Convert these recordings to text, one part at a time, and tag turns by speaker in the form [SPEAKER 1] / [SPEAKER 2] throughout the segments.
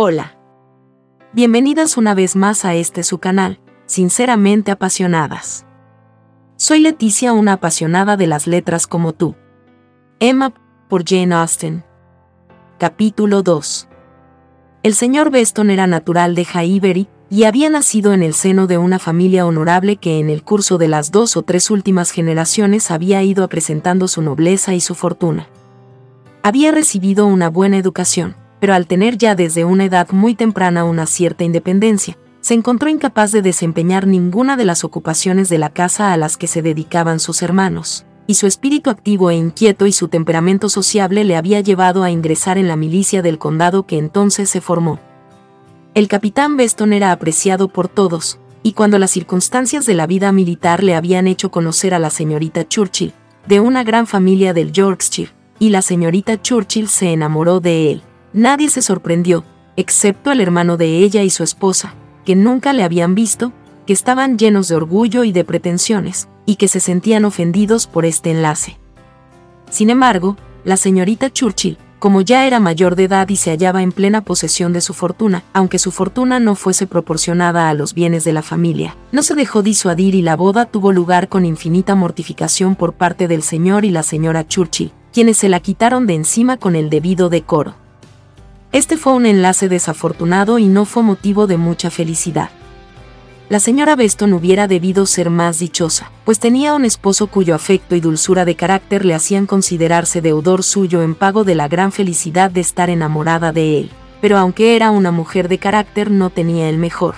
[SPEAKER 1] Hola. Bienvenidas una vez más a su canal, Sinceramente Apasionadas. Soy Leticia, una apasionada de las letras como tú. Emma, por Jane Austen. Capítulo 2. El señor Beston era natural de Highbury, y había nacido en el seno de una familia honorable que en el curso de las 2 o 3 últimas generaciones había ido acrecentando su nobleza y su fortuna. Había recibido una buena educación, pero al tener ya desde una edad muy temprana una cierta independencia, se encontró incapaz de desempeñar ninguna de las ocupaciones de la casa a las que se dedicaban sus hermanos, y su espíritu activo e inquieto y su temperamento sociable le había llevado a ingresar en la milicia del condado que entonces se formó. El capitán Beston era apreciado por todos, y cuando las circunstancias de la vida militar le habían hecho conocer a la señorita Churchill, de una gran familia del Yorkshire, y la señorita Churchill se enamoró de él, nadie se sorprendió, excepto el hermano de ella y su esposa, que nunca le habían visto, que estaban llenos de orgullo y de pretensiones, y que se sentían ofendidos por este enlace. Sin embargo, la señorita Churchill, como ya era mayor de edad y se hallaba en plena posesión de su fortuna, aunque su fortuna no fuese proporcionada a los bienes de la familia, no se dejó disuadir y la boda tuvo lugar con infinita mortificación por parte del señor y la señora Churchill, quienes se la quitaron de encima con el debido decoro. Este fue un enlace desafortunado y no fue motivo de mucha felicidad. La señora Beston hubiera debido ser más dichosa, pues tenía un esposo cuyo afecto y dulzura de carácter le hacían considerarse deudor suyo en pago de la gran felicidad de estar enamorada de él, pero aunque era una mujer de carácter no tenía el mejor.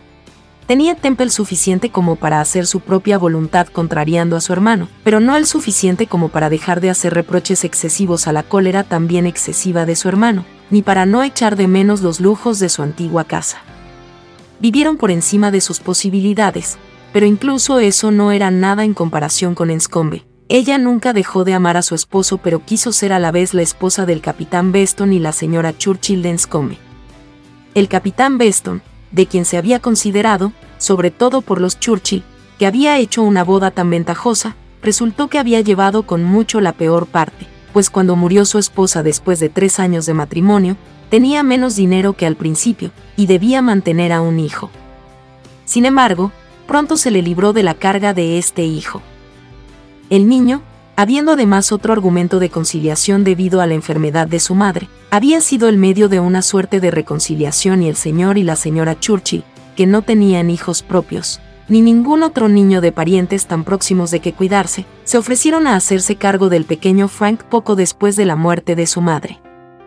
[SPEAKER 1] Tenía temple suficiente como para hacer su propia voluntad contrariando a su hermano, pero no el suficiente como para dejar de hacer reproches excesivos a la cólera también excesiva de su hermano, ni para no echar de menos los lujos de su antigua casa. Vivieron por encima de sus posibilidades, pero incluso eso no era nada en comparación con Enscombe. Ella nunca dejó de amar a su esposo, pero quiso ser a la vez la esposa del capitán Beston y la señora Churchill de Enscombe. El capitán Beston, de quien se había considerado, sobre todo por los Churchill, que había hecho una boda tan ventajosa, resultó que había llevado con mucho la peor parte, pues cuando murió su esposa después de 3 años de matrimonio, tenía menos dinero que al principio, y debía mantener a un hijo. Sin embargo, pronto se le libró de la carga de este hijo. El niño, habiendo además otro argumento de conciliación debido a la enfermedad de su madre, había sido el medio de una suerte de reconciliación y el señor y la señora Churchill, que no tenían hijos propios, ni ningún otro niño de parientes tan próximos de que cuidarse, se ofrecieron a hacerse cargo del pequeño Frank poco después de la muerte de su madre.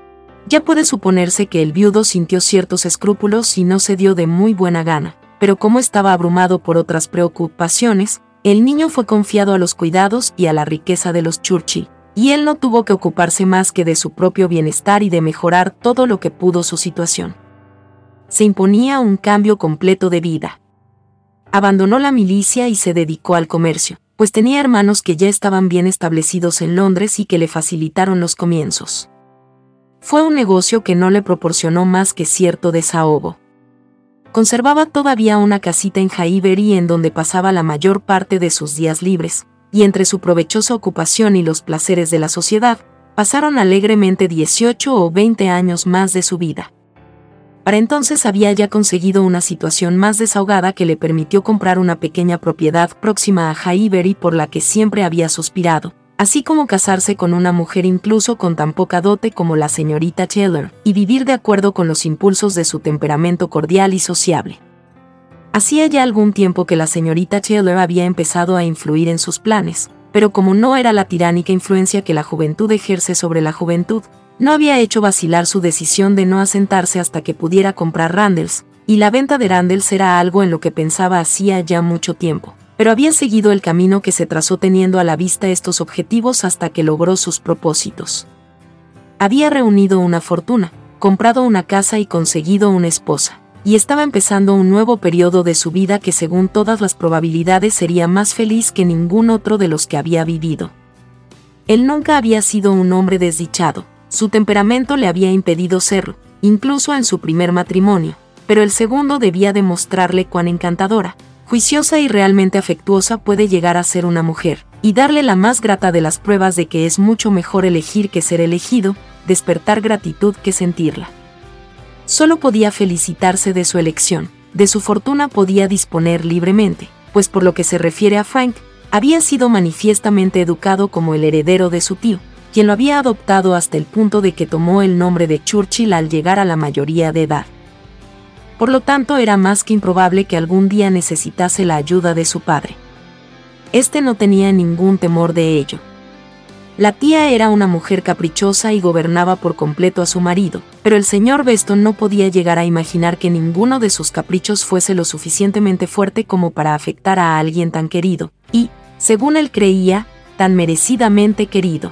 [SPEAKER 1] Ya puede suponerse que el viudo sintió ciertos escrúpulos y no se dio de muy buena gana, pero como estaba abrumado por otras preocupaciones, el niño fue confiado a los cuidados y a la riqueza de los Churchill, y él no tuvo que ocuparse más que de su propio bienestar y de mejorar todo lo que pudo su situación. Se imponía un cambio completo de vida. Abandonó la milicia y se dedicó al comercio, pues tenía hermanos que ya estaban bien establecidos en Londres y que le facilitaron los comienzos. Fue un negocio que no le proporcionó más que cierto desahogo. Conservaba todavía una casita en Highbury en donde pasaba la mayor parte de sus días libres, y entre su provechosa ocupación y los placeres de la sociedad, pasaron alegremente 18 o 20 años más de su vida. Para entonces había ya conseguido una situación más desahogada que le permitió comprar una pequeña propiedad próxima a Highbury por la que siempre había suspirado, así como casarse con una mujer incluso con tan poca dote como la señorita Taylor, y vivir de acuerdo con los impulsos de su temperamento cordial y sociable. Hacía ya algún tiempo que la señorita Taylor había empezado a influir en sus planes, pero como no era la tiránica influencia que la juventud ejerce sobre la juventud, no había hecho vacilar su decisión de no asentarse hasta que pudiera comprar Randalls, y la venta de Randalls era algo en lo que pensaba hacía ya mucho tiempo. Pero había seguido el camino que se trazó teniendo a la vista estos objetivos hasta que logró sus propósitos. Había reunido una fortuna, comprado una casa y conseguido una esposa, y estaba empezando un nuevo periodo de su vida que según todas las probabilidades sería más feliz que ningún otro de los que había vivido. Él nunca había sido un hombre desdichado, su temperamento le había impedido serlo, incluso en su primer matrimonio, pero el segundo debía demostrarle cuán encantadora, juiciosa y realmente afectuosa puede llegar a ser una mujer, y darle la más grata de las pruebas de que es mucho mejor elegir que ser elegido, despertar gratitud que sentirla. Solo podía felicitarse de su elección, de su fortuna podía disponer libremente, pues por lo que se refiere a Frank, había sido manifiestamente educado como el heredero de su tío, quien lo había adoptado hasta el punto de que tomó el nombre de Churchill al llegar a la mayoría de edad. Por lo tanto, era más que improbable que algún día necesitase la ayuda de su padre. Este no tenía ningún temor de ello. La tía era una mujer caprichosa y gobernaba por completo a su marido, pero el señor Weston no podía llegar a imaginar que ninguno de sus caprichos fuese lo suficientemente fuerte como para afectar a alguien tan querido, y, según él creía, tan merecidamente querido.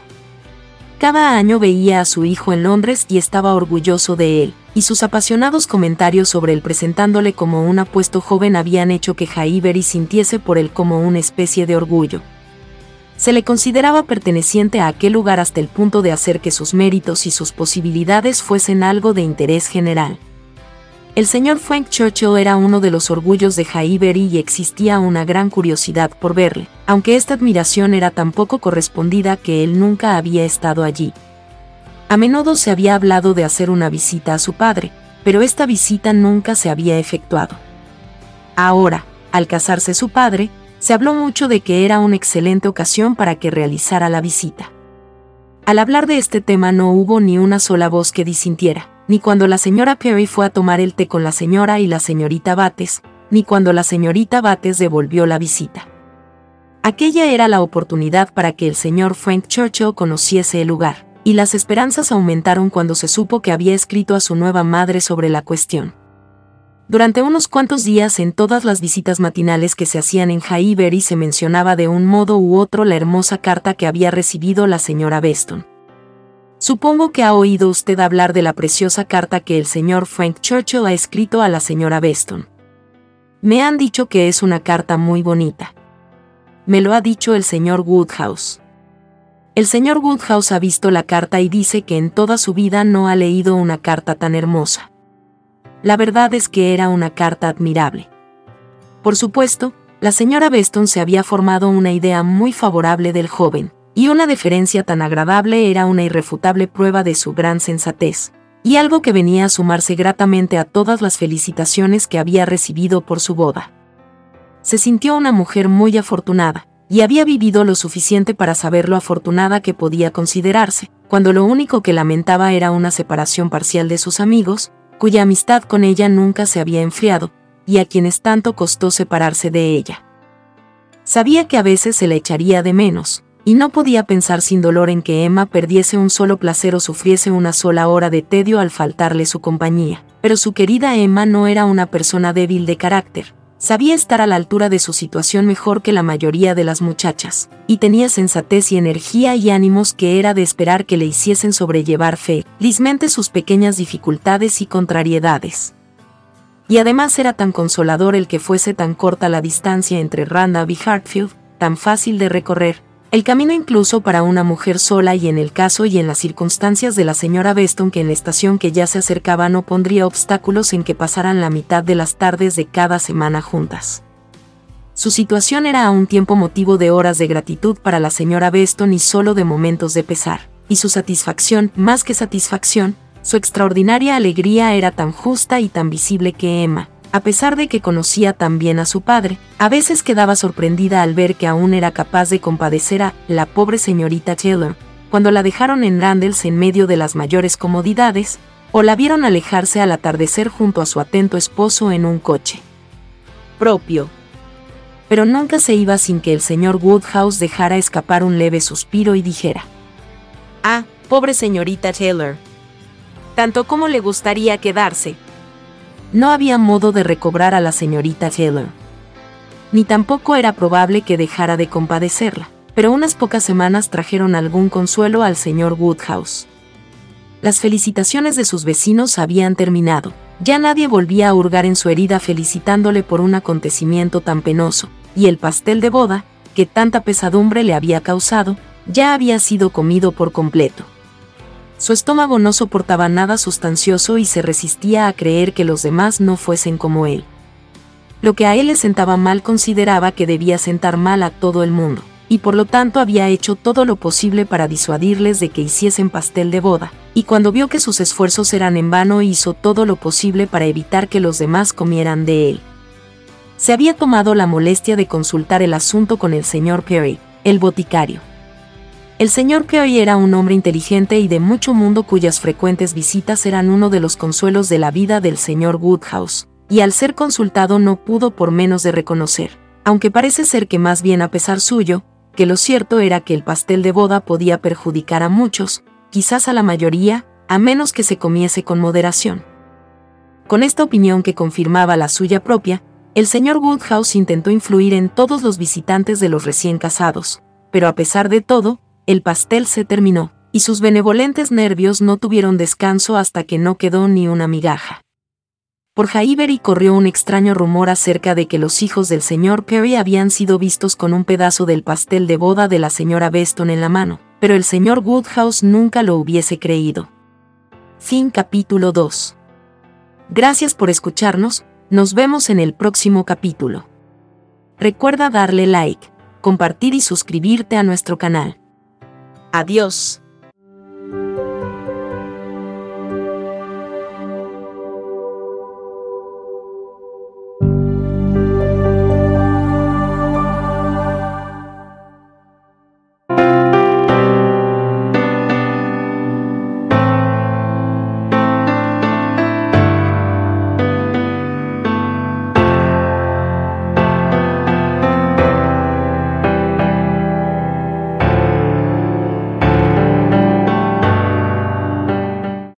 [SPEAKER 1] Cada año veía a su hijo en Londres y estaba orgulloso de él, y sus apasionados comentarios sobre él presentándole como un apuesto joven habían hecho que Highbury sintiese por él como una especie de orgullo. Se le consideraba perteneciente a aquel lugar hasta el punto de hacer que sus méritos y sus posibilidades fuesen algo de interés general. El señor Frank Churchill era uno de los orgullos de Highbury y existía una gran curiosidad por verle, aunque esta admiración era tan poco correspondida que él nunca había estado allí. A menudo se había hablado de hacer una visita a su padre, pero esta visita nunca se había efectuado. Ahora, al casarse su padre, se habló mucho de que era una excelente ocasión para que realizara la visita. Al hablar de este tema no hubo ni una sola voz que disintiera, ni cuando la señora Perry fue a tomar el té con la señora y la señorita Bates, ni cuando la señorita Bates devolvió la visita. Aquella era la oportunidad para que el señor Frank Churchill conociese el lugar, y las esperanzas aumentaron cuando se supo que había escrito a su nueva madre sobre la cuestión. Durante unos cuantos días en todas las visitas matinales que se hacían en Highbury se mencionaba de un modo u otro la hermosa carta que había recibido la señora Weston. Supongo que ha oído usted hablar de la preciosa carta que el señor Frank Churchill ha escrito a la señora Weston. Me han dicho que es una carta muy bonita. Me lo ha dicho el señor Woodhouse. El señor Woodhouse ha visto la carta y dice que en toda su vida no ha leído una carta tan hermosa. La verdad es que era una carta admirable. Por supuesto, la señora Weston se había formado una idea muy favorable del joven, y una deferencia tan agradable era una irrefutable prueba de su gran sensatez, y algo que venía a sumarse gratamente a todas las felicitaciones que había recibido por su boda. Se sintió una mujer muy afortunada, y había vivido lo suficiente para saber lo afortunada que podía considerarse, cuando lo único que lamentaba era una separación parcial de sus amigos, cuya amistad con ella nunca se había enfriado, y a quienes tanto costó separarse de ella. Sabía que a veces se la echaría de menos, y no podía pensar sin dolor en que Emma perdiese un solo placer o sufriese una sola hora de tedio al faltarle su compañía. Pero su querida Emma no era una persona débil de carácter, sabía estar a la altura de su situación mejor que la mayoría de las muchachas, y tenía sensatez y energía y ánimos que era de esperar que le hiciesen sobrellevar felizmente sus pequeñas dificultades y contrariedades. Y además era tan consolador el que fuese tan corta la distancia entre Randall y Hartfield, tan fácil de recorrer, el camino incluso para una mujer sola y en el caso y en las circunstancias de la señora Weston que en la estación que ya se acercaba no pondría obstáculos en que pasaran la mitad de las tardes de cada semana juntas. Su situación era a un tiempo motivo de horas de gratitud para la señora Weston y solo de momentos de pesar, y su satisfacción, más que satisfacción, su extraordinaria alegría era tan justa y tan visible que Emma, a pesar de que conocía tan bien a su padre, a veces quedaba sorprendida al ver que aún era capaz de compadecer a la pobre señorita Taylor, cuando la dejaron en Randalls en medio de las mayores comodidades, o la vieron alejarse al atardecer junto a su atento esposo en un coche propio. Pero nunca se iba sin que el señor Woodhouse dejara escapar un leve suspiro y dijera: «Ah, pobre señorita Taylor. Tanto como le gustaría quedarse». No había modo de recobrar a la señorita Taylor. Ni tampoco era probable que dejara de compadecerla, pero unas pocas semanas trajeron algún consuelo al señor Woodhouse. Las felicitaciones de sus vecinos habían terminado, ya nadie volvía a hurgar en su herida felicitándole por un acontecimiento tan penoso, y el pastel de boda, que tanta pesadumbre le había causado, ya había sido comido por completo. Su estómago no soportaba nada sustancioso y se resistía a creer que los demás no fuesen como él. Lo que a él le sentaba mal consideraba que debía sentar mal a todo el mundo, y por lo tanto había hecho todo lo posible para disuadirles de que hiciesen pastel de boda, y cuando vio que sus esfuerzos eran en vano hizo todo lo posible para evitar que los demás comieran de él. Se había tomado la molestia de consultar el asunto con el señor Perry, el boticario. El señor Perry era un hombre inteligente y de mucho mundo cuyas frecuentes visitas eran uno de los consuelos de la vida del señor Woodhouse, y al ser consultado no pudo por menos de reconocer, aunque parece ser que más bien a pesar suyo, que lo cierto era que el pastel de boda podía perjudicar a muchos, quizás a la mayoría, a menos que se comiese con moderación. Con esta opinión que confirmaba la suya propia, el señor Woodhouse intentó influir en todos los visitantes de los recién casados, pero a pesar de todo, el pastel se terminó, y sus benevolentes nervios no tuvieron descanso hasta que no quedó ni una migaja. Por Highbury corrió un extraño rumor acerca de que los hijos del señor Perry habían sido vistos con un pedazo del pastel de boda de la señora Beston en la mano, pero el señor Woodhouse nunca lo hubiese creído. Fin capítulo 2. Gracias por escucharnos, nos vemos en el próximo capítulo. Recuerda darle like, compartir y suscribirte a nuestro canal. Adiós.